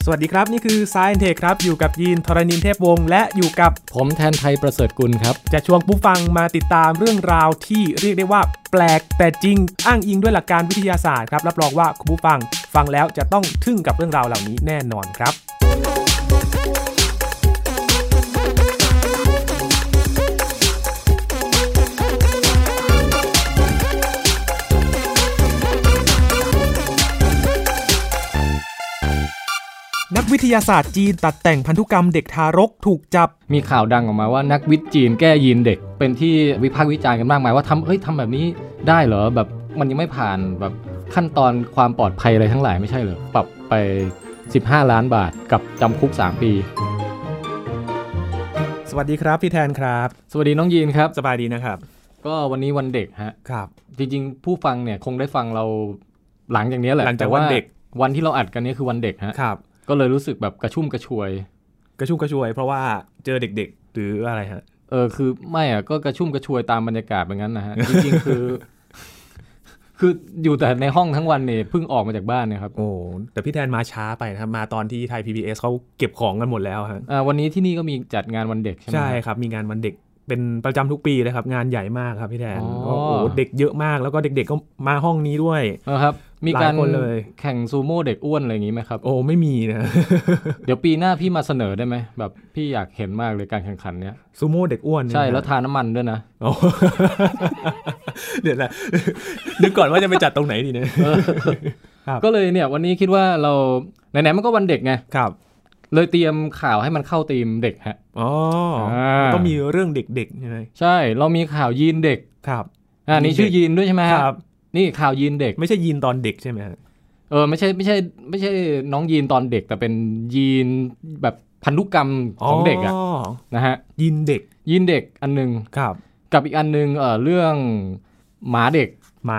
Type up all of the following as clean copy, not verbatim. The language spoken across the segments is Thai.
สวัสดีครับนี่คือ Science Tech ครับอยู่กับยีนธรณินทร์เทพวงศ์และอยู่กับผมแทนไทยประเสริฐกุลครับจะชวนผู้ฟังมาติดตามเรื่องราวที่เรียกได้ว่าแปลกแต่จริงอ้างอิงด้วยหลักการวิทยาศาสตร์ครับรับรองว่าคุณผู้ฟังแล้วจะต้องทึ่งกับเรื่องราวเหล่านี้แน่นอนครับนักวิทยาศาสตร์จีนตัดแต่งพันธุกรรมเด็กทารกถูกจับมีข่าวดังออกมาว่านักวิทย์จีนแก้ยีนเด็กเป็นที่วิพากษ์วิจารณ์กันมากมายว่าทำแบบนี้ได้เหรอแบบมันยังไม่ผ่านแบบขั้นตอนความปลอดภัยอะไรทั้งหลายไม่ใช่เหรอปรับไป15 ล้านบาทกับจำคุก3 ปีสวัสดีครับพี่แทนครับสวัสดีน้องยีนครับสบายดีนะครับก็วันนี้วันเด็กฮะครับจริงๆผู้ฟังเนี่ยคงได้ฟังเราหลังจากนี้แหละแต่ว่าวันที่เราอัดกันนี้คือวันเด็กฮะครับก็เลยรู้สึกแบบกระชุ่มกระชวยเพราะว่าเจอเด็กๆหรืออะไรฮะคือไม่อ่ะก็กระชุ่มกระชวยตามบรรยากาศแบบนั้นนะฮะ จริงๆคืออยู่แต่ในห้องทั้งวันเนี่ยเพิ่งออกมาจากบ้านเนี่ยครับโอ้แต่พี่แทนมาช้าไปนะครับมาตอนที่ไทย PBS เขาเก็บของกันหมดแล้วฮะวันนี้ที่นี่ก็มีจัดงานวันเด็กใช่ไหมใช่ครับมีงานวันเด็กเป็นประจำทุกปีเลยครับงานใหญ่มากครับพี่แทนโอ้โหเด็กเยอะมากแล้วก็เด็กๆก็มาห้องนี้ด้วยครับมีการแข่งซูโม่เด็กอ้วนอะไรอย่างนี้ไหมครับโอ้ไม่มีนะเดี๋ยวปีหน้าพี่มาเสนอได้ไหมแบบพี่อยากเห็นมากเลยการแข่งขันเนี้ยซูโม่เด็กอ้วนใช่แล้วทาน้ำมันด้วยนะเดี๋ยวนะนึกก่อนว่าจะไปจัดตรงไหนดีเนี่ยก็เลยเนี่ยวันนี้คิดว่าเราไหนๆมันก็วันเด็กไงครับเลยเตรียมข่าวให้มันเข้าธีมเด็กฮะก็มีเรื่องเด็กๆใช่ไหมใช่เรามีข่าวยีนเด็กครับนี่ชื่อยีนด้วยใช่ไหมครับนี่ข่าวยีนเด็กไม่ใช่ยีนตอนเด็กใช่ไหมไม่ใช่น้องยีนตอนเด็กแต่เป็นยีนแบบพันธุกรรมของเด็กอะนะฮะยีนเด็กอันนึงครับกับอีกอันนึงเรื่องหมาเด็ก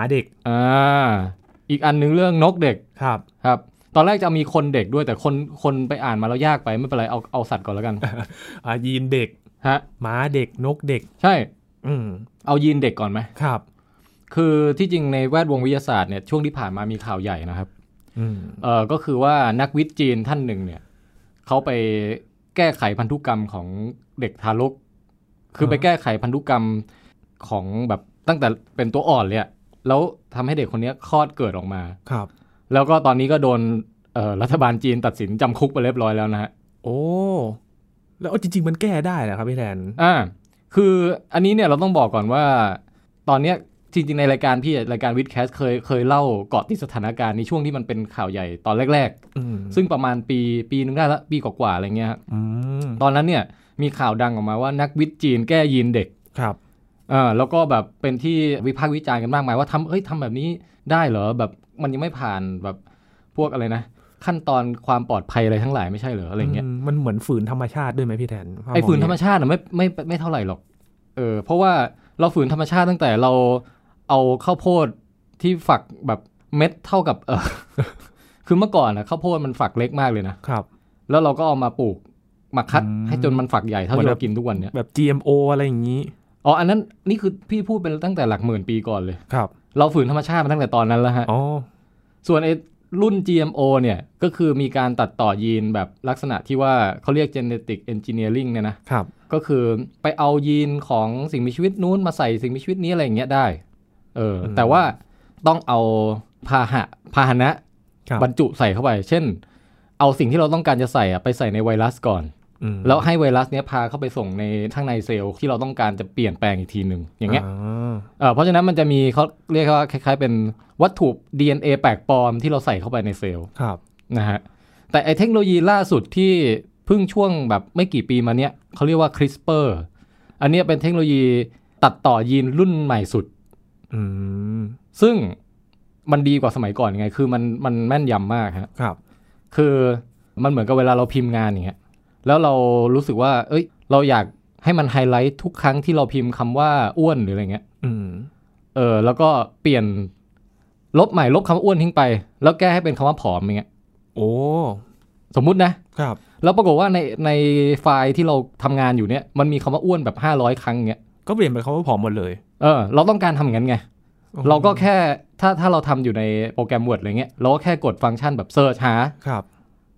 อีกอันนึงเรื่องนกเด็กครับตอนแรกจะมีคนเด็กด้วยแต่คนไปอ่านมาแล้วยากไปไม่เป็นไรเอาสัตว์ก่อนแล้วกันยีนเด็กฮะหมาเด็กนกเด็กใช่เอายีนเด็กก่อนไหมครับคือที่จริงในแวดวงวิทยาศาสตร์เนี่ยช่วงที่ผ่านมามีข่าวใหญ่นะครับก็คือว่านักวิทย์จีนท่านหนึ่งเนี่ยเขาไปแก้ไขพันธุกรรมของเด็กทารกคือไปแก้ไขพันธุกรรมของแบบตั้งแต่เป็นตัวอ่อนเลยแล้วทำให้เด็กคนนี้คลอดเกิดออกมาครับแล้วก็ตอนนี้ก็โดนรัฐบาลจีนตัดสินจำคุกไปเรียบร้อยแล้วนะฮะโอ้แล้วจริงๆมันแก้ได้เหรอครับพี่แทนคืออันนี้เนี่ยเราต้องบอกก่อนว่าตอนเนี้ยจริงๆในรายการวิดแคสเคยเล่าเกาะติดสถานการณ์ในช่วงที่มันเป็นข่าวใหญ่ตอนแรกๆซึ่งประมาณปีนึงได้ละปีกว่าๆอะไรเงี้ยตอนนั้นเนี่ยมีข่าวดังออกมาว่านักวิทย์จีนแก้ยีนเด็กครับแล้วก็แบบเป็นที่วิพากษ์วิจารณ์กันมากมายว่าทำแบบนี้ได้เหรอแบบมันยังไม่ผ่านแบบพวกอะไรนะขั้นตอนความปลอดภัยอะไรทั้งหลายไม่ใช่เหรออะไรเงี้ยมันเหมือนฝืนธรรมชาติด้วยไหมพี่แทนไอ้ฝืนธรรมชาติน่ะไม่เท่าไหร่หรอกเพราะว่าเราฝืนธรรมชาติตั้งแต่เราเอาข้าวโพดที่ฝักแบบเม็ดเท่ากับคือเมื่อก่อนนะข้าวโพดมันฝักเล็กมากเลยนะครับแล้วเราก็เอามาปลูกมาคัดให้จนมันฝักใหญ่เท่าที่เรากินทุกวันเนี้ยแบบ GMO อะไรอย่างนี้อันนั้นนี่คือพี่พูดเป็นตั้งแต่หลักหมื่นปีก่อนเลยครับเราฝืนธรรมชาติมาตั้งแต่ตอนนั้นแล้วฮะส่วนไอ้รุ่น GMO เนี่ยก็คือมีการตัดต่อยีนแบบลักษณะที่ว่าเขาเรียก genetic engineering เนี่ยนะครับก็คือไปเอายีนของสิ่งมีชีวิตนู้นมาใส่สิ่งมีชีวิตนี้อะไรอย่างเงี้ยได้แต่ว่าต้องเอาพาหนะบรรจุใส่เข้าไปเช่นเอาสิ่งที่เราต้องการจะใส่ไปใส่ในไวรัสก่อนแล้วให้ไวรัสเนี้ยพาเข้าไปส่งในข้างในเซลล์ที่เราต้องการจะเปลี่ยนแปลงอีกทีนึงอย่างเงี้ยเพราะฉะนั้นมันจะมีเขาเรียกว่าคล้ายๆเป็นวัตถุ DNA แปลกปลอมที่เราใส่เข้าไปในเซลล์นะฮะแต่ไอเทคโนโลยีล่าสุดที่เพิ่งช่วงแบบไม่กี่ปีมาเนี้ยเขาเรียกว่า CRISPR อันนี้เป็นเทคโนโลยีตัดต่อยีนรุ่นใหม่สุดซึ่งมันดีกว่าสมัยก่อนยังไงคือมันแม่นยำมากครับคือมันเหมือนกับเวลาเราพิมพ์งานอย่างเงี้ยแล้วเรารู้สึกว่าเราอยากให้มันไฮไลท์ทุกครั้งที่เราพิมพ์คำว่าอ้วนหรืออะไรเงี้ยแล้วก็เปลี่ยนลบคำว่าอ้วนทิ้งไปแล้วแก้ให้เป็นคำว่าผอมอย่างเงี้ยโอ้สมมุตินะครับแล้วปรากฏว่าในไฟล์ที่เราทำงานอยู่เนี่ยมันมีคำว่าอ้วนแบบ500 ครั้งเงี้ยก็เปลี่ยนเป็นคำว่าผอมหมดเลยเราต้องการทำอย่างนั้นไงเราก็แค่ถ้าเราทำอยู่ในโปรแกรม Word อะไรเงี้ยเราก็แค่กดฟังก์ชันแบบเสิร์ชหา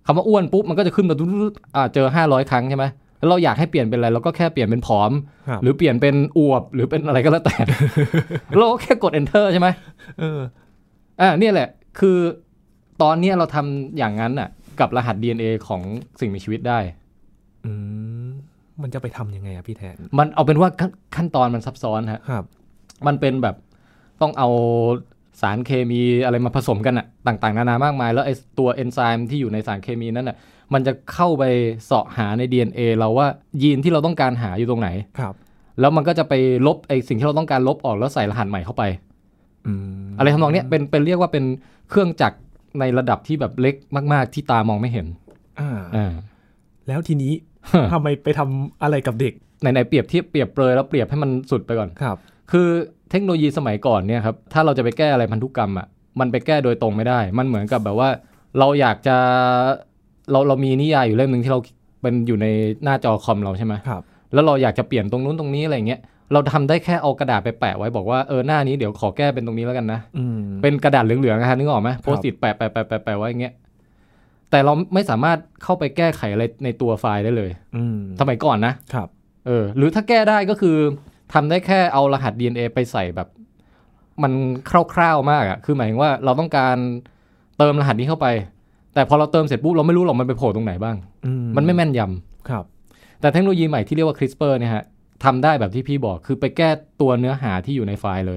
คำว่าอ้วนปุ๊บมันก็จะขึ้นมาเจอ500ครั้งใช่ไหมแล้วเราอยากให้เปลี่ยนเป็นอะไรเราก็แค่เปลี่ยนเป็นผอมหรือเปลี่ยนเป็นอวบหรือเป็นอะไรก็แล้วแต่ เราก็แค่กด enter ใช่ไหมเนี่ยแหละคือตอนนี้เราทำอย่างนั้นน่ะกับรหัส DNA ของสิ่งมีชีวิตได้มันจะไปทำยังไงอะพี่แทนมันเอาเป็นว่าขั้นตอนมันซับซ้อนครับมันเป็นแบบต้องเอาสารเคมีอะไรมาผสมกันอะต่างๆนานามากมายแล้วไอ้ตัวเอนไซม์ที่อยู่ในสารเคมีนั้นน่ะมันจะเข้าไปเสาะหาใน DNA เราว่ายีนที่เราต้องการหาอยู่ตรงไหนครับแล้วมันก็จะไปลบไอ้สิ่งที่เราต้องการลบออกแล้วใส่รหัสใหม่เข้าไปอะไรทำนองนี้เป็นเรียกว่าเป็นเครื่องจักรในระดับที่แบบเล็กมากๆที่ตามองไม่เห็นแล้วทีนี้ ทำไมไปทำอะไรกับเด็กไหนๆเปรียบเทียบเปรียบเปรยแล้วเปรียบให้มันสุดไปก่อนครับคือเทคโนโลยีสมัยก่อนเนี่ยครับถ้าเราจะไปแก้อะไรพันธุกรรมอ่ะมันไปแก้โดยตรงไม่ได้มันเหมือนกับแบบว่าเราอยากจะเรามีนิยายอยู่เล่มนึงที่เราเป็นอยู่ในหน้าจอคอมเราใช่ไหมครับแล้วเราอยากจะเปลี่ยนตรงนู้นตรงนี้อะไรเงี้ยเราทำได้แค่เอากระดาษไปแปะไว้บอกว่าหน้านี้เดี๋ยวขอแก้เป็นตรงนี้แล้วกันนะเป็นกระดาษเหลืองๆนะฮะนึกออกไหมโพสต์อิทแปะไว้อย่างเงี้ยแต่เราไม่สามารถเข้าไปแก้ไขอะไรในตัวไฟล์ได้เลยสมัยก่อนนะครับหรือถ้าแก้ได้ก็คือทำได้แค่เอารหัส DNA ไปใส่แบบมันคร่าวๆมากอ่ะคือหมายถึงว่าเราต้องการเติมรหัสนี้เข้าไปแต่พอเราเติมเสร็จปุ๊บเราไม่รู้หรอกมันไปโผล่ตรงไหนบ้างมันไม่แม่นยำครับแต่เทคโนโลยีใหม่ที่เรียกว่า CRISPR เนี่ยฮะทำได้แบบที่พี่บอกคือไปแก้ตัวเนื้อหาที่อยู่ในไฟล์เลย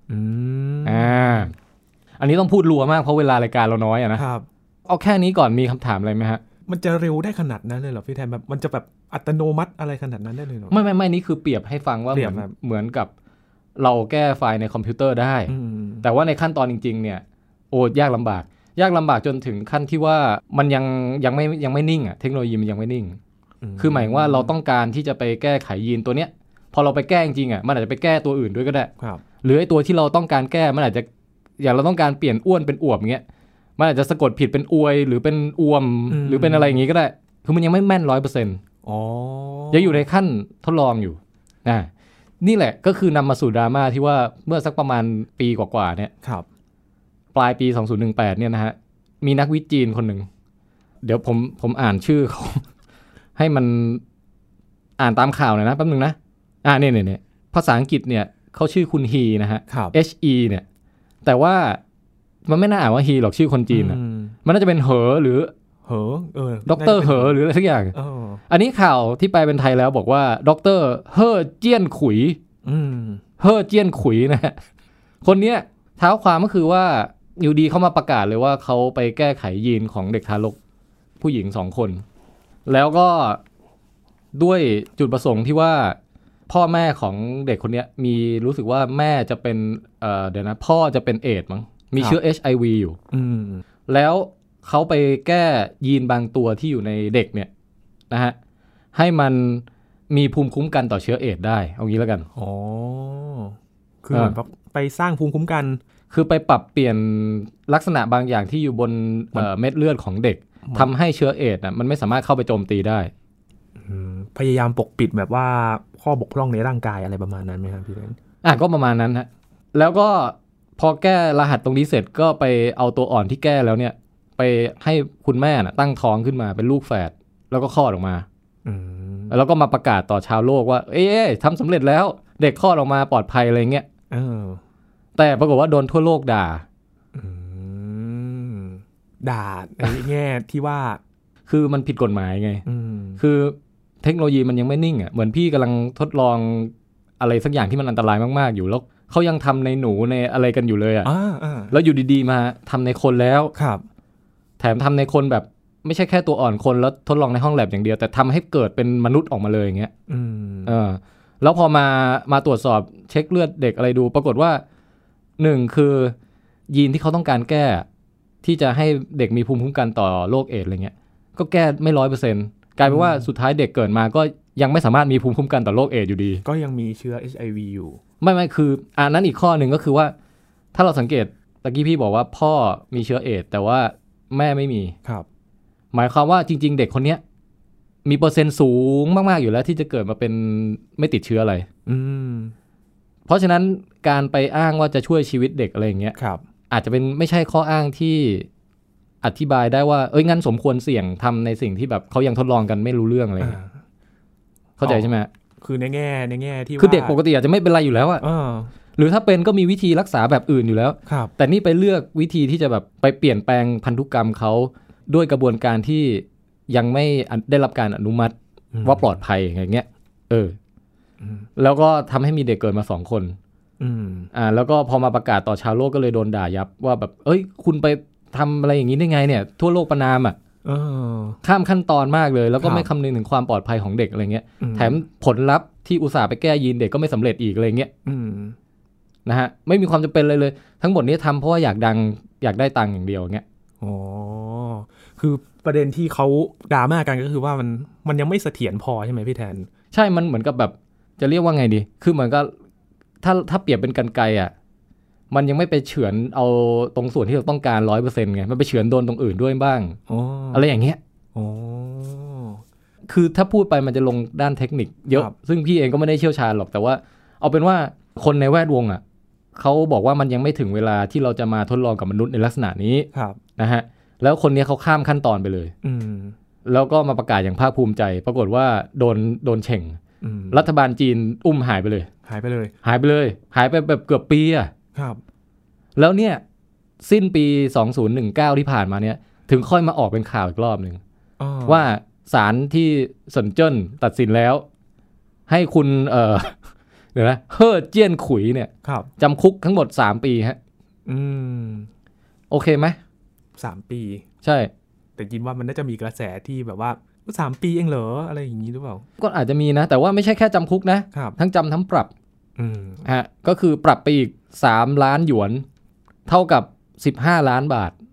อันนี้ต้องพูดรัวมากเพราะเวลารายการเราน้อยอะนะครับเอาแค่นี้ก่อนมีคำถามอะไรไหมฮะมันจะเร็วได้ขนาดนั้นเลยเหรอพี่แทนแบบมันจะแบบอัตโนมัติอะไรขนาดนั้นได้เลยเหรอไม่นี่คือเปรียบให้ฟังว่าเหมือนกับเราแก้ไฟล์ในคอมพิวเตอร์ได้แต่ว่าในขั้นตอนจริงๆเนี่ยยากลำบากจนถึงขั้นที่ว่ามันยังไม่นิ่งอ่ะเทคโนโลยีมันยังไม่นิ่งคือหมายว่าเราต้องการที่จะไปแก้ไขยีนตัวเนี้ยพอเราไปแก้จริงๆอ่ะมันอาจจะไปแก้ตัวอื่นด้วยก็ได้หรือไอ้ตัวที่เราต้องการแก้มันอาจจะอย่างเราต้องการเปลี่ยนอ้วนเป็นอวบเงี้ยมันอาจจะสะกดผิดเป็นอวยหรือเป็นอวมหรือเป็นอะไรอย่างงี้ก็ได้คือมันยังไม่แม่น 100% ยังอยู่ในขั้นทดลองอยู่นี่แหละก็คือนำมาสู่ดราม่าที่ว่าเมื่อสักประมาณปีกว่าๆเนี่ยปลายปี2018เนี่ยนะฮะมีนักวิทย์จีนคนหนึ่งเดี๋ยวผมอ่านชื่อเขา ให้มันอ่านตามข่าวหน่อยนะแป๊บนึงนะเนี่ยภาษาอังกฤษเนี่ยเขาชื่อคุณฮีนะฮะ HE เนี่ยแต่ว่ามันไม่น่าอ่านว่าฮีหรอกชื่อคนจีนมันน่าจะเป็นเหอหรือด็อกเตอร์เหอหรืออะไรสักอย่างอันนี้ข่าวที่แปลเป็นไทยแล้วบอกว่าด็อกเตอร์เฮ่อเจี้ยนขุยเฮ่อเจี้ยนขุยนะฮะคนเนี้ยเท้าความก็คือว่าอยู่ดีเขามาประกาศเลยว่าเขาไปแก้ไขยีนของเด็กทารกผู้หญิง2 คนแล้วก็ด้วยจุดประสงค์ที่ว่าพ่อแม่ของเด็กคนนี้มีรู้สึกว่าแม่จะเป็นเดี๋ยวนะพ่อจะเป็นเอดส์มั้งมีเชื้อ HIV อยู่แล้วเขาไปแก้ยีนบางตัวที่อยู่ในเด็กเนี่ยนะฮะให้มันมีภูมิคุ้มกันต่อเชื้อเอดส์ได้เอางี้แล้วกันคือไปสร้างภูมิคุ้มกันคือไปปรับเปลี่ยนลักษณะบางอย่างที่อยู่บนเม็ดเลือดของเด็กทำให้เชื้อเอดส์มันไม่สามารถเข้าไปโจมตีได้พยายามปกปิดแบบว่าข้อบกพร่องในร่างกายอะไรประมาณนั้นไหมครับพี่เรนก็ประมาณนั้นฮะแล้วก็พอแก้รหัสตรงนี้เสร็จก็ไปเอาตัวอ่อนที่แก้แล้วเนี่ยไปให้คุณแม่ตั้งท้องขึ้นมาเป็นลูกแฝดแล้วก็คลอดออกมาแล้วก็มาประกาศต่อชาวโลกว่าทำสำเร็จแล้วเด็กคลอดออกมาปลอดภัยอะไรเงี้ยแต่ปรากฏว่าโดนทั่วโลกด่าในแง่ที่ว่าคือมันผิดกฎหมายไงคือเทคโนโลยีมันยังไม่นิ่งเหมือนพี่กำลังทดลองอะไรสักอย่างที่มันอันตรายมากๆอยู่แล้วเขายังทำในหนูในอะไรกันอยู่เลยแล้วอยู่ดีๆมาทำในคนแล้วแถมทำในคนแบบไม่ใช่แค่ตัวอ่อนคนแล้วทดลองในห้องแลบอย่างเดียวแต่ทำให้เกิดเป็นมนุษย์ออกมาเลยอย่างเงี้ยแล้วพอมาตรวจสอบเช็คเลือดเด็กอะไรดูปรากฏว่า1คือยีนที่เขาต้องการแก้ที่จะให้เด็กมีภูมิคุ้มกันต่อโรคเอดส์อะไรเงี้ยก็แก้ไม่ 100%กลายเป็นว่าสุดท้ายเด็กเกิดมาก็ยังไม่สามารถมีภูมิคุ้มกันต่อโรคเอดส์อยู่ดีก็ยังมีเชื้อ HIV อยู่ไม่คืออันนั้นอีกข้อหนึ่งก็คือว่าถ้าเราสังเกตตะกี้พี่บอกว่าพ่อมีเชื้อเอดส์แต่ว่าแม่ไม่มีครับหมายความว่าจริงๆเด็กคนเนี้ยมีเปอร์เซ็นต์สูงมากๆอยู่แล้วที่จะเกิดมาเป็นไม่ติดเชื้ออะไรเพราะฉะนั้นการไปอ้างว่าจะช่วยชีวิตเด็กอะไรอย่างเงี้ยอาจจะเป็นไม่ใช่ข้ออ้างที่อธิบายได้ว่างั้นสมควรเสี่ยงทำในสิ่งที่แบบเขายังทดลองกันไม่รู้เรื่องอะไรเข้าใจใช่ไหมคือในแง่ที่คือเด็กปกติอาจจะไม่เป็นไรอยู่แล้วอะหรือถ้าเป็นก็มีวิธีรักษาแบบอื่นอยู่แล้วแต่นี่ไปเลือกวิธีที่จะแบบไปเปลี่ยนแปลงพันธุกรรมเขาด้วยกระบวนการที่ยังไม่ได้รับการอนุมัติว่าปลอดภัยอย่างเงี้ยแล้วก็ทำให้มีเด็กเกิดมา2 คนแล้วก็พอมาประกาศต่อชาวโลกก็เลยโดนด่ายับว่าแบบคุณไปทำอะไรอย่างนี้ได้ไงเนี่ยทั่วโลกประณามข้ามขั้นตอนมากเลยแล้วก็ไม่คำนึงถึงความปลอดภัยของเด็กอะไรเงี้ยแถมผลลัพธ์ที่อุตส่าห์ไปแก้ยีนเด็กก็ไม่สำเร็จอีกอะไรเงี้ยนะฮะไม่มีความจำเป็นเลยทั้งหมดนี้ทำเพราะว่าอยากดังอยากได้ตังค์อย่างเดียวเงี้ยคือประเด็นที่เขาดราม่ากันก็คือว่ามันยังไม่เสถียรพอใช่ไหมพี่แทนใช่มันเหมือนกับแบบจะเรียกว่าไงดีคือเหมือนกับถ้าเปรียบเป็นกรรไกรอ่ะมันยังไม่ไปเฉือนเอาตรงส่วนที่เราต้องการ 100% ไงมันไปเฉือนโดนตรงอื่นด้วยบ้างอะไรอย่างเงี้ยคือถ้าพูดไปมันจะลงด้านเทคนิคเยอะซึ่งพี่เองก็ไม่ได้เชี่ยวชาญหรอกแต่ว่าเอาเป็นว่าคนในแวดวงอ่ะเขาบอกว่ามันยังไม่ถึงเวลาที่เราจะมาทดลองกับมนุษย์ในลักษณะนี้นะฮะแล้วคนนี้เขาข้ามขั้นตอนไปเลยแล้วก็มาประกาศอย่างภาคภูมิใจปรากฏว่าโดนเฉ่งรัฐบาลจีนอุ้มหายไปเลยหายไปแบบเกือบปีอ่ะแล้วเนี่ยสิ้นปี2019ที่ผ่านมาเนี่ยถึงค่อยมาออกเป็นข่าวอีกรอบนึงว่าศาลที่เซินเจิ้นตัดสินแล้วให้คุณเดี๋ยวนะเฮ่อเจี้ยนขุยเนี่ยจำคุกทั้งหมด3 ปีฮะโอเคไหม 3 ปีใช่แต่ยินว่ามันน่าจะมีกระแสที่แบบว่า3 ปีเองเหรออะไรอย่างนี้หรือเปล่าก็อาจจะมีนะแต่ว่าไม่ใช่แค่จำคุกนะทั้งจำทั้งปรับฮะก็คือปรับไปอีก3 ล้านหยวนเท่ากับ15 ล้านบาท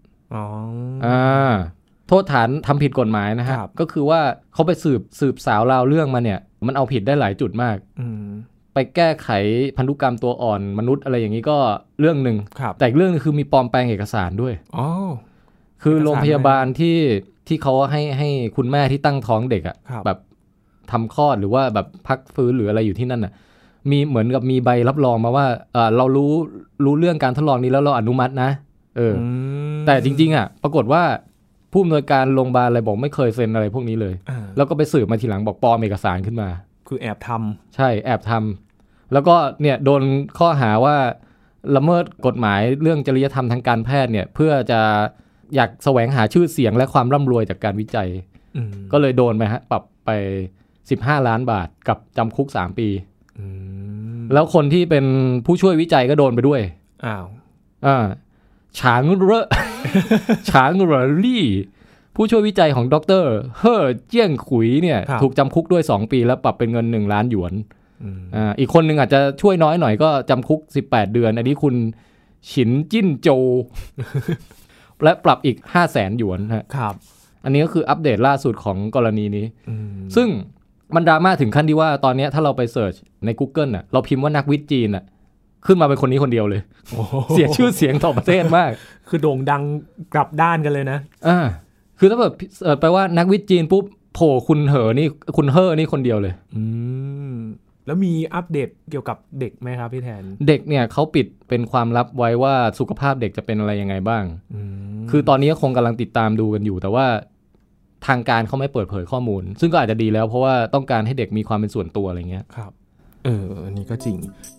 โทษฐานทำผิดกฎหมายนะฮะก็คือว่าเขาไปสืบสาวราวเรื่องมาเนี่ยมันเอาผิดได้หลายจุดมากไปแก้ไขพันธุกรรมตัวอ่อนมนุษย์อะไรอย่างนี้ก็เรื่องนึงแต่อีกเรื่องนึงคือมีปลอมแปลงเอกสารด้วยคือโรงพยาบาลที่เขาให้คุณแม่ที่ตั้งท้องเด็กอ่ะแบบทำคลอดหรือว่าแบบพักฟื้นหรืออะไรอยู่ที่นั่นอ่ะมีเหมือนกับมีใบรับรองมาว่าเรารู้เรื่องการทดลองนี้แล้วเราอนุมัตินะแต่จริงๆอ่ะปรากฏว่าผู้อำนวยการโรงพยาบาลอะไรบอกไม่เคยเซ็นอะไรพวกนี้เลยแล้วก็ไปสืบมาทีหลังบอกปลอมเอกสารขึ้นมาคือแอบทำใช่แอบทำแล้วก็เนี่ยโดนข้อหาว่าละเมิดกฎหมายเรื่องจริยธรรมทางการแพทย์เนี่ยเพื่อจะอยากแสวงหาชื่อเสียงและความร่ำรวยจากการวิจัยก็เลยโดนไปฮะปรับไป15 ล้านบาทกับจำคุก3 ปีแล้วคนที่เป็นผู้ช่วยวิจัยก็โดนไปด้วยฉางเรอลี่ผู้ช่วยวิจัยของดร.เฮ่อเจี้ยนขุยเนี่ยถูกจำคุกด้วย2 ปีแล้วปรับเป็นเงิน1 ล้านหยวนอีกคนนึงอาจจะช่วยน้อยหน่อยก็จำคุก18 เดือนอันนี้คุณฉินจิ้นโจ และปรับอีก 500,000 หยวนครับอันนี้ก็คืออัปเดตล่าสุดของกรณีนี้ซึ่งมันดราม่าถึงขั้นที่ว่าตอนนี้ถ้าเราไปเสิร์ชใน Google น่ะเราพิมพ์ว่านักวิทย์จีนน่ะขึ้นมาเป็นคนนี้คนเดียวเลยเสียชื่อเสียงต่อประเทศมากคือโด่งดังกลับด้านกันเลยนะคือถ้าแบบเสิร์ชไปว่านักวิทย์จีนปุ๊บโผล่คุณเฮ่อนี่คนเดียวเลยแล้วมีอัปเดตเกี่ยวกับเด็กไหมครับพี่แทนเด็กเนี่ยเขาปิดเป็นความลับไว้ว่าสุขภาพเด็กจะเป็นอะไรยังไงบ้างคือตอนนี้ก็คงกำลังติดตามดูกันอยู่แต่ว่าทางการเขาไม่เปิดเผยข้อมูลซึ่งก็อาจจะดีแล้วเพราะว่าต้องการให้เด็กมีความเป็นส่วนตัวอะไรเงี้ยครับอันนี้ก็จริง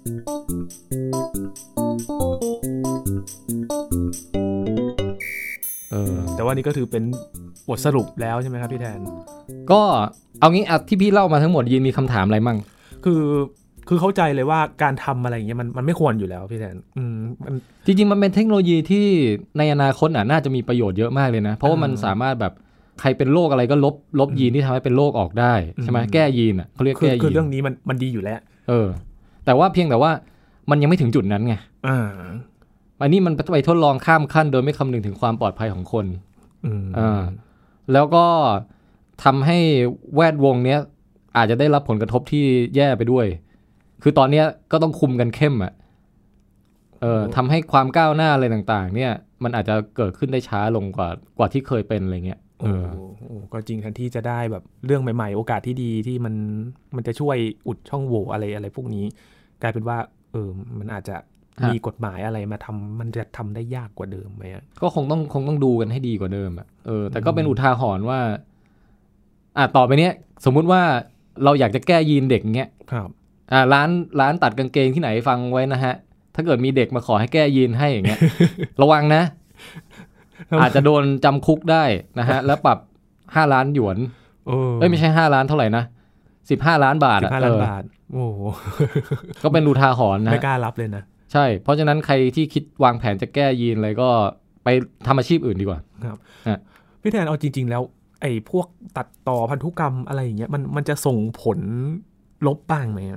แต่ว่านี่ก็ถือเป็นบทสรุปแล้วใช่ไหมครับพี่แทนก็เอางี้ที่พี่เล่ามาทั้งหมดยินมีคำถามอะไรมั่งคือเข้าใจเลยว่าการทำอะไรอย่างเงี้ยมันไม่ควรอยู่แล้วพี่แทนจริงๆมันเป็นเทคโนโลยีที่ในอนาคตน่าจะมีประโยชน์เยอะมากเลยนะเพราะว่ามันสามารถแบบใครเป็นโรคอะไรก็ลบยีนที่ทำให้เป็นโรคออกได้ใช่ไหมแก้ยีนเขาเรียกแก้ยีนคือเรื่องนี้มันดีอยู่แล้วแต่ว่าเพียงแต่ว่ามันยังไม่ถึงจุดนั้นไงอันนี้มันไปทดลองข้ามขั้นโดยไม่คำนึงถึงความปลอดภัยของคนแล้วก็ทำให้แวดวงเนี้ยอาจจะได้รับผลกระทบที่แย่ไปด้วยคือตอนนี้ก็ต้องคุมกันเข้มทำให้ความก้าวหน้าอะไรต่างๆเนี่ยมันอาจจะเกิดขึ้นได้ช้าลงกว่าที่เคยเป็นอะไรเงี้ยก็จริงทันที่จะได้แบบเรื่องใหม่ๆโอกาสที่ดีที่มันจะช่วยอุดช่องโหว่อะไรพวกนี้กลายเป็นว่ามันอาจจะมีกฎหมายอะไรมาทำมันจะทำได้ยากกว่าเดิมไหมก็คงต้องดูกันให้ดีกว่าเดิมแต่ก็เป็นอุทาหรณ์ว่าต่อไปเนี้ยสมมุติว่าเราอยากจะแก้ยีนเด็กเงี้ยครับร้านตัดกางเกงที่ไหนฟังไว้นะฮะถ้าเกิดมีเด็กมาขอให้แก้ยีนให้อย่างเงี้ย ระวังนะ อาจจะโดนจำคุกได้นะฮะแล้วปรับ5 ล้านหยวนไม่ใช่5 ล้านเท่าไหร่นะ15 ล้านบาท 15 ล้านบาทโอ้ก็เป็นอุทาหรณ์นะไม่กล้ารับเลยนะใช่เพราะฉะนั้นใครที่คิดวางแผนจะแก้ยีนอะไรก็ไปทำอาชีพอื่นดีกว่าครับพี่แทนเอาจริงๆแล้วไอ้พวกตัดต่อพันธุกรรมอะไรอย่างเงี้ยมันจะส่งผลลบบ้างไหม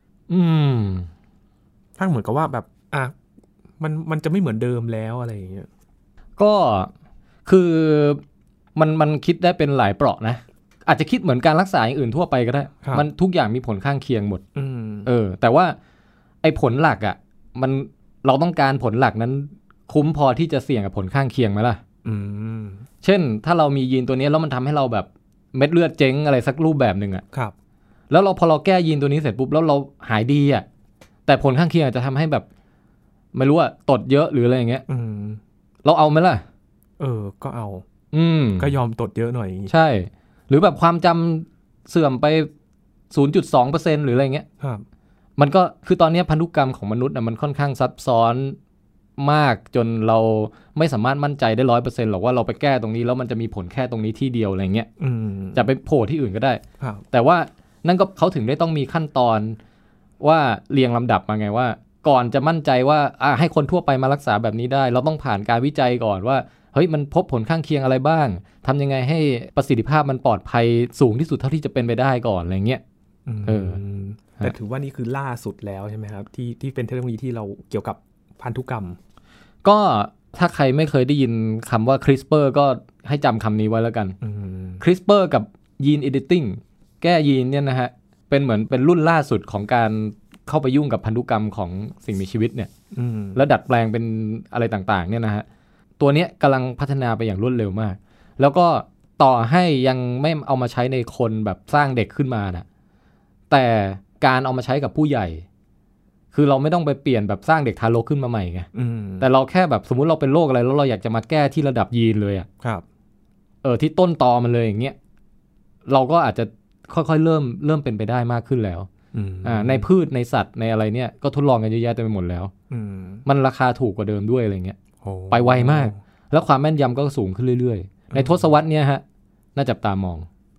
ถ้าเหมือนกับว่าแบบมันจะไม่เหมือนเดิมแล้วอะไรอย่างเงี้ยก็คือมันคิดได้เป็นหลายเปราะนะอาจจะคิดเหมือนการรักษาอย่างอื่นทั่วไปก็ได้มันทุกอย่างมีผลข้างเคียงหมดแต่ว่าไอ้ผลหลักเราต้องการผลหลักนั้นคุ้มพอที่จะเสี่ยงกับผลข้างเคียงไหมล่ะเช่นถ้าเรามียีนตัวนี้แล้วมันทำให้เราแบบเม็ดเลือดเจ๊งอะไรสักรูปแบบหนึ่งแล้วพอเราแก้ยีนตัวนี้เสร็จปุ๊บแล้วเราหายดีแต่ผลข้างเคียงอาจจะทำให้แบบไม่รู้ตดเยอะหรืออะไรอย่างเงี้ยเราเอาไหมล่ะก็เอาก็ยอมตดเยอะหน่อยใช่หรือแบบความจำเสื่อมไป 0.2% หรืออะไรเงี้ยมันก็คือตอนนี้พันธุกรรมของมนุษย์มันค่อนข้างซับซ้อนมากจนเราไม่สามารถมั่นใจได้ 100% หรอกว่าเราไปแก้ตรงนี้แล้วมันจะมีผลแค่ตรงนี้ที่เดียวอะไรเงี้ยจะไปโผล่ที่อื่นก็ได้แต่ว่านั่นก็เขาถึงได้ต้องมีขั้นตอนว่าเรียงลำดับมาไงว่าก่อนจะมั่นใจว่าให้คนทั่วไปมารักษาแบบนี้ได้เราต้องผ่านการวิจัยก่อนว่าเฮ้ยมันพบผลข้างเคียงอะไรบ้างทำยังไงให้ประสิทธิภาพมันปลอดภัยสูงที่สุดเท่าที่จะเป็นไปได้ก่อนอะไรเงี้ยแต่ถือว่านี่คือล่าสุดแล้วใช่ไหมครับที่เป็นเทคโนโลยีที่เราเกี่ยวกับพันธุกรรมก็ถ้าใครไม่เคยได้ยินคำว่า CRISPR ก็ให้จำคำนี้ไว้แล้วกัน CRISPR กับ Gene Editing แก้ยีนเนี่ยนะฮะเป็นรุ่นล่าสุดของการเข้าไปยุ่งกับพันธุกรรมของสิ่งมีชีวิตเนี่ยแล้วดัดแปลงเป็นอะไรต่างๆเนี่ยนะฮะตัวนี้กำลังพัฒนาไปอย่างรวดเร็วมากแล้วก็ต่อให้ยังไม่เอามาใช้ในคนแบบสร้างเด็กขึ้นมานะแต่การเอามาใช้กับผู้ใหญ่คือเราไม่ต้องไปเปลี่ยนแบบสร้างเด็กทารกขึ้นมาใหม่ไงแต่เราแค่แบบสมมุติเราเป็นโรคอะไรแล้วเราอยากจะมาแก้ที่ระดับยีนเลยครับที่ต้นตอมันเลยอย่างเงี้ยเราก็อาจจะค่อยๆเริ่มเป็นไปได้มากขึ้นแล้วในพืชในสัตว์ในอะไรเนี่ยก็ทดลองกันเยอะแยะเต็มไปหมดแล้วมันราคาถูกกว่าเดิมด้วยอะไรเงี้ยไปไวมากแล้วความแม่นยำก็สูงขึ้นเรื่อยๆในทศวรรษเนี้ยฮะน่าจับตามอง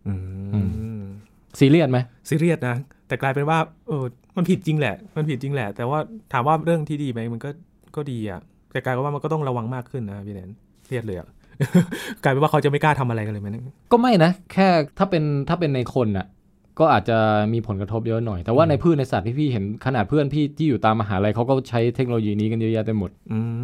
ซีเรียสไหมซีเรียสนะแต่กลายเป็นว่ามันผิดจริงแหละแต่ว่าถามว่าเรื่องที่ดีไหมมันก็ดีแต่กลายเป็นว่ามันก็ต้องระวังมากขึ้นนะพี่แนนเครียดเลยกลายเป็นว่าเขาจะไม่กล้าทำอะไรกันเลยไหมก็ไม่นะแค่ถ้าเป็นในคนก็อาจจะมีผลกระทบเยอะหน่อยแต่ว่าในพืชในสัตว์ที่พี่เห็นขนาดเพื่อนพี่ที่อยู่ตามมหาลัยเขาก็ใช้เทคโนโลยีนี้กันเยอะแยะเต็มหมด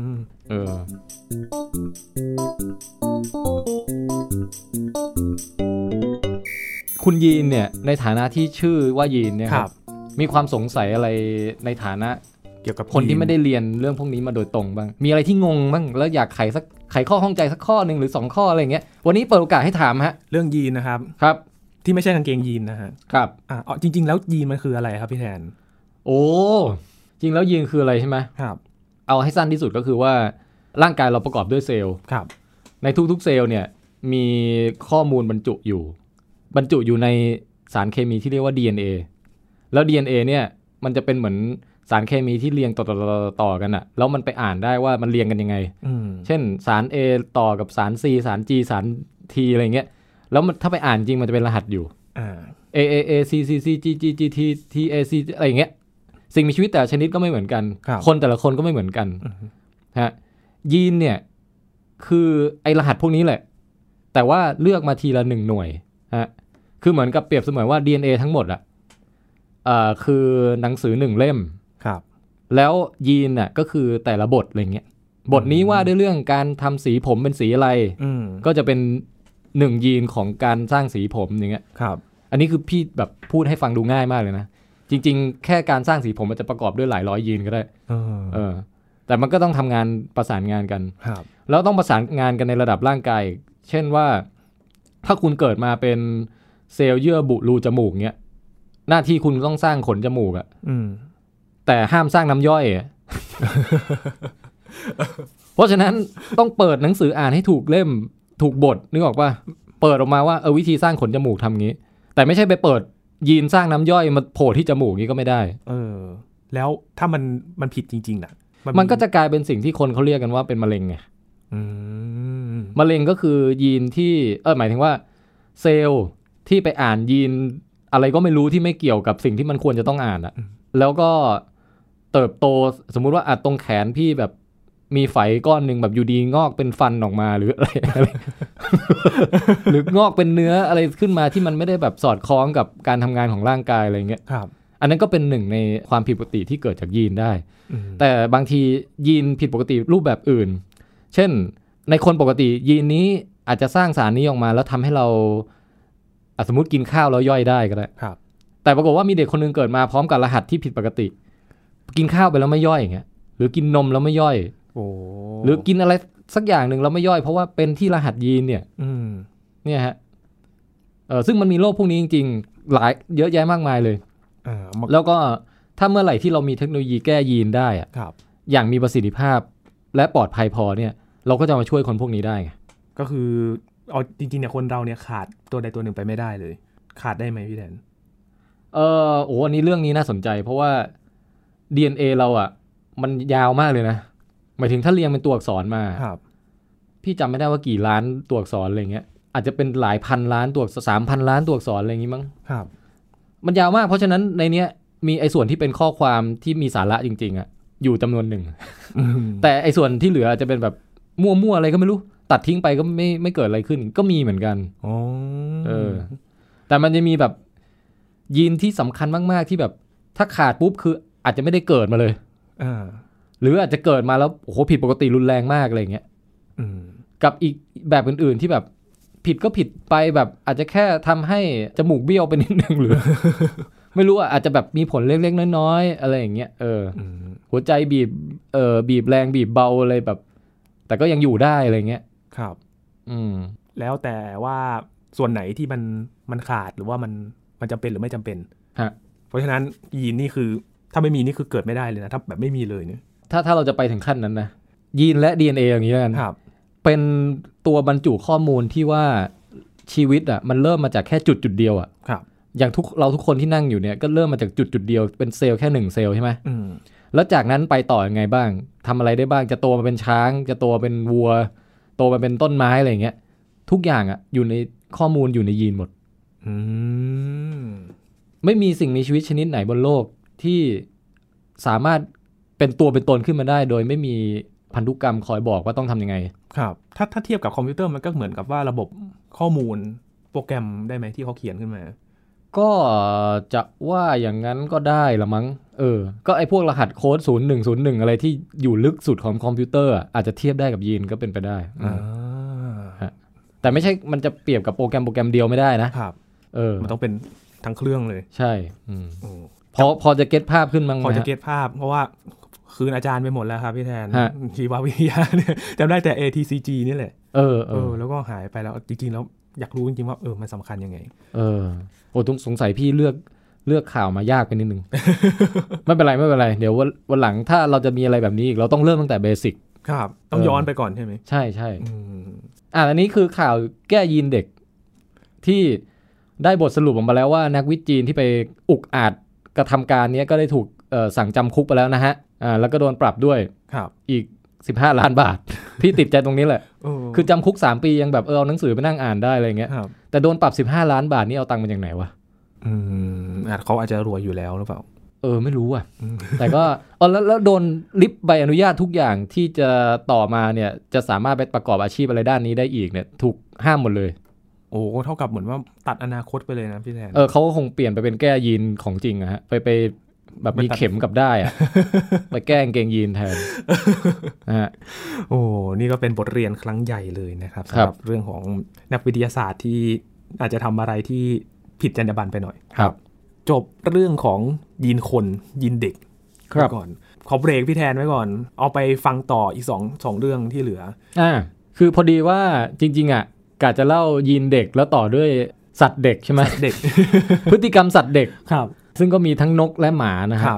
คุณยีนเนี่ยในฐานะที่ชื่อว่ายีนเนี่ยครับมีความสงสัยอะไรในฐานะเกี่ยวกับคนที่ไม่ได้เรียนเรื่องพวกนี้มาโดยตรงบ้างมีอะไรที่งงบ้างแล้วอยากไขข้อข้องใจสักข้อนึงหรือ2ข้ออะไรอย่างเงี้ยวันนี้เปิดโอกาสให้ถามฮะเรื่องยีนนะครับครับที่ไม่ใช่กางเกงยีนนะฮะครับจริงๆแล้วยีนมันคืออะไรครับพี่แทนโอ้จริงแล้วยีนคืออะไรใช่ไหมครับเอาให้สั้นที่สุดก็คือว่าร่างกายเราประกอบด้วยเซลล์ครับในทุกๆเซลล์เนี่ยมีข้อมูลบรรจุอยู่ในสารเคมีที่เรียกว่า DNA แล้ว DNA เนี่ยมันจะเป็นเหมือนสารเคมีที่เรียงต่อกันแล้วมันไปอ่านได้ว่ามันเรียงกันยังไงเช่นสาร A ต่อกับสาร C สาร G สาร T อะไรเงี้ยแล้วถ้าไปอ่านจริงมันจะเป็นรหัสอยู่A A A C C C G G G T T A C อะไรอย่างเงี้ยสิ่งมีชีวิตแต่ละชนิดก็ไม่เหมือนกันคนแต่ละคนก็ไม่เหมือนกันฮะยีนเนี่ยคือไอรหัสพวกนี้แหละแต่ว่าเลือกมาทีละ1หน่วยฮะคือเหมือนกับเปรียบเสมือนว่า DNA ทั้งหมดคือหนังสือ1เล่มครับแล้วยีนก็คือแต่ละบทอะไรเงี้ยบทนี้ว่าด้วยเรื่องการทำสีผมเป็นสีอะไรก็จะเป็น1ยีนของการสร้างสีผมอย่างเงี้ยครับอันนี้คือพี่แบบพูดให้ฟังดูง่ายมากเลยนะจริงๆแค่การสร้างสีผมมันจะประกอบด้วยหลายร้อยยีนก็ได้แต่มันก็ต้องทำงานประสานงานกันแล้วต้องประสานงานกันในระดับร่างกายเช่นว่าถ้าคุณเกิดมาเป็นเซลล์เยื่อบุรูจมูกเงี้ยหน้าที่คุณต้องสร้างขนจมูกแต่ห้ามสร้างน้ำย่อยเพราะฉะนั้นต้องเปิดหนังสืออ่านให้ถูกเล่มถูกบทนึกออกป่ะเปิดออกมาว่าวิธีสร้างขนจมูกทำงี้แต่ไม่ใช่ไปเปิดยีนสร้างน้ำย่อยมาโผล่ที่จมูกงี้ก็ไม่ได้แล้วถ้ามันผิดจริงๆน่ะมันก็จะกลายเป็นสิ่งที่คนเขาเรียกกันว่าเป็นมะเร็งไงมะเร็งก็คือยีนที่หมายถึงว่าเซลล์ที่ไปอ่านยีนอะไรก็ไม่รู้ที่ไม่เกี่ยวกับสิ่งที่มันควรจะต้องอ่านอ่ะแล้วก็เติบโตสมมุติว่าตรงแขนพี่แบบมีไฝก้อนนึงแบบอยู่ดีงอกเป็นฟันออกมาหรืออะไร หรืองอกเป็นเนื้ออะไรขึ้นมาที่มันไม่ได้แบบสอดคล้องกับการทำงานของร่างกายอะไรเงี้ยอันนั้นก็เป็นหนึ่งในความผิดปกติที่เกิดจากยีนได้แต่บางทียีนผิดปกติรูปแบบอื่นเช่นในคนปกติยีนนี้อาจจะสร้างสารนี้ออกมาแล้วทำให้เราสมมติกินข้าวแล้วย่อยได้ก็ได้แต่ปรากฏว่ามีเด็กคนนึงเกิดมาพร้อมกับรหัสที่ผิดปกติกินข้าวไปแล้วไม่ย่อยอย่างเงี้ยหรือกินนมแล้วไม่ย่อยหรือกินอะไรสักอย่างหนึ่งแล้วไม่ย่อยเพราะว่าเป็นที่รหัสยีนเนี่ยเนี่ยฮะซึ่งมันมีโรคพวกนี้จริงๆหลายเยอะแยะมากมายเลยแล้วก็ถ้าเมื่อไหร่ที่เรามีเทคโนโลยีแก้ยีนได้อะอย่างมีประสิทธิภาพและปลอดภัยพอเนี่ยเราก็จะมาช่วยคนพวกนี้ได้ไงก็คือเอาจริงๆเนี่ยคนเราเนี่ยขาดตัวใดตัวหนึ่งไปไม่ได้เลยขาดได้ไหมพี่แดนอันนี้เรื่องนี้น่าสนใจเพราะว่า DNA เราอ่ะมันยาวมากเลยนะหมายถึงถ้าเรียงเป็นตัวอักษรมาพี่จำไม่ได้ว่ากี่ล้านตัวอักษรอะไรเงี้ยอาจจะเป็นหลายพันล้านตัว3,000 ล้านตัวอักษรอะไรอย่างงี้มั้งมันยาวมากเพราะฉะนั้นในเนี้ยมีไอ้ส่วนที่เป็นข้อความที่มีสาระจริงๆอ่ะอยู่จำนวนหนึ่ง แต่ไอ้ส่วนที่เหลือจะเป็นแบบมั่วๆอะไรก็ไม่รู้ตัดทิ้งไปก็ไม่เกิดอะไรขึ้นก็มีเหมือนกันแต่มันจะมีแบบยีนที่สำคัญมากๆที่แบบถ้าขาดปุ๊บคืออาจจะไม่ได้เกิดมาเลยหรืออาจจะเกิดมาแล้วโอ้โหผิดปกติรุนแรงมากอะไรเงี้ยกับอีกแบบอื่นๆที่แบบผิดก็ผิดไปแบบอาจจะแค่ทำให้จมูกเบี้ยวไปนิดนึงหรือ ไม่รู้อาจจะแบบมีผลเล็กๆน้อยๆอะไรอย่างเงี้ยหัวใจบีบแรงบีบเบาอะไรแบบแต่ก็ยังอยู่ได้อะไรเงี้ยครับแล้วแต่ว่าส่วนไหนที่มันขาดหรือว่ามันจำเป็นหรือไม่จำเป็นเพราะฉะนั้นยีนนี่คือถ้าไม่มีนี่คือเกิดไม่ได้เลยนะถ้าแบบไม่มีเลยเนี่ยถ้าเราจะไปถึงขั้นนั้นนะยีนและ DNA อย่างนี้กันเป็นตัวบรรจุข้อมูลที่ว่าชีวิตมันเริ่มมาจากแค่จุดเดียวอย่างเราทุกคนที่นั่งอยู่เนี่ยก็เริ่มมาจากจุดเดียวเป็นเซลล์แค่1เซลล์ใช่ไหมแล้วจากนั้นไปต่อยังไงบ้างทำอะไรได้บ้างจะโตมาเป็นช้างจะโตมาเป็นวัวโตมาเป็นต้นไม้อะไรอย่างเงี้ยทุกอย่างอยู่ในข้อมูลอยู่ในยีนหมดไม่มีสิ่งมีชีวิตชนิดไหนบนโลกที่สามารถเป็นตัวเป็นตนขึ้นมาได้โดยไม่มีพันธุกรรมคอยบอกว่าต้องทำยังไงครับถ้าเทียบกับคอมพิวเตอร์มันก็เหมือนกับว่าระบบข้อมูลโปรแกรมได้ไหมที่เขาเขียนขึ้นมาก็จะว่าอย่างนั้นก็ได้ละมั้งก็ไอ้พวกรหัสโค้ด0101อะไรที่อยู่ลึกสุดของคอมพิวเตอร์อาจจะเทียบได้กับยีนก็เป็นไปได้แต่ไม่ใช่มันจะเปรียบกับโปรแกรมเดียวไม่ได้นะครับมันต้องเป็นทั้งเครื่องเลยใช่พอจะเก็ตภาพขึ้นมั้งพอจะเก็ตภาพเพราะว่าคืนอาจารย์ไปหมดแล้วครับพี่แทนชีววิทยาเนี่ยจำได้แต่ ATCG นี่แหละแล้วก็หายไปแล้วจริงๆแล้วอยากรู้จริงๆว่ามันสำคัญยังไงสงสัยพี่เลือกข่าวมายากไปนิดนึง ไม่เป็นไรเดี๋ยววันหลังถ้าเราจะมีอะไรแบบนี้อีกเราต้องเริ่มตั้งแต่เบสิกครับต้องย้อนไปก่อนใช่ไหมใช่อันนี้คือข่าวแก้ยีนเด็กที่ได้บทสรุปออกมาแล้วว่านักวิจัยที่ไปอุกอาจกระทำการนี้ก็ได้ถูกสั่งจำคุกไปแล้วนะฮะแล้วก็โดนปรับด้วยอีก15 ล้านบาท พี่ติดใจตรงนี้แหละคือจำคุก3 ปียังแบบเอาหนังสือไปนั่งอ่านได้อะไรเงี้ยแต่โดนปรับ15 ล้านบาทนี่เอาตังค์มาจากไหนวะเขาอาจจะรวยอยู่แล้วหรือเปล่าไม่รู้อ่ะ แต่ก็แล้วโดนลิฟต์ใบอนุญาตทุกอย่างที่จะต่อมาเนี่ยจะสามารถไปประกอบอาชีพอะไรด้านนี้ได้อีกเนี่ยถูกห้ามหมดเลยเท่ากับเหมือนว่าตัดอนาคตไปเลยนะพี่แทนเขาก็คงเปลี่ยนไปเป็นแก้ยีนของจริงอะฮะไปแบบมีเข็มกับได้อะ ไปแก้กางเกงยีนแทนนะฮะนี่ก็เป็นบทเรียนครั้งใหญ่เลยนะครับสำหรับเรื่องของนักวิทยาศาสตร์ที่อาจจะทำอะไรที่ผิดจรรยาบรรณไปหน่อยครับจบเรื่องของยีนคนยีนเด็กก่อนขอเบรกพี่แทนไว้ก่อนเอาไปฟังต่ออีก2เรื่องที่เหลือคือพอดีว่าจริงๆกะจะเล่ายีนเด็กแล้วต่อด้วยสัตว์เด็กใช่ไหมเด็กพฤติกรรมสัตว์เด็กครับซึ่งก็มีทั้งนกและหมานะครับ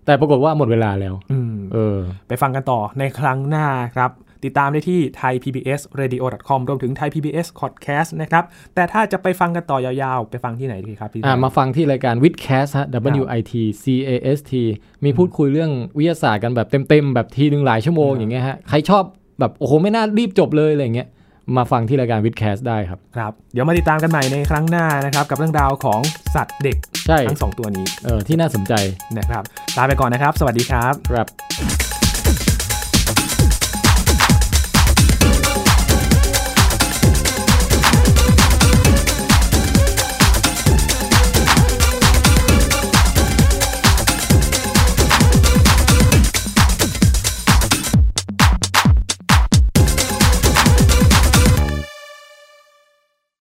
แต่ปรากฏว่าหมดเวลาแล้วไปฟังกันต่อในครั้งหน้าครับติดตามได้ที่ thaipbsradio.com รวมถึง Thai PBS Podcast นะครับแต่ถ้าจะไปฟังกันต่อยาวๆไปฟังที่ไหนดีครับพี่มาฟังที่รายการ Witcast ฮะ WITCAST มีพูดคุยเรื่องวิทยาศาสตร์กันแบบเต็มๆแบบทีนึงหลายชั่วโมงอย่างเงี้ยฮะใครชอบแบบโอ้โหไม่น่ารีบจบเลยอะไรอย่างเงี้ยมาฟังที่รายการ Witcast ได้ครับครับเดี๋ยวมาติดตามกันใหม่ในครั้งหน้านะครับกับเรื่องราวของสัตว์เด็กทั้ง2ตัวนี้ที่น่าสนใจนะครับลาไปก่อนนะครับสวัสดีครับครับ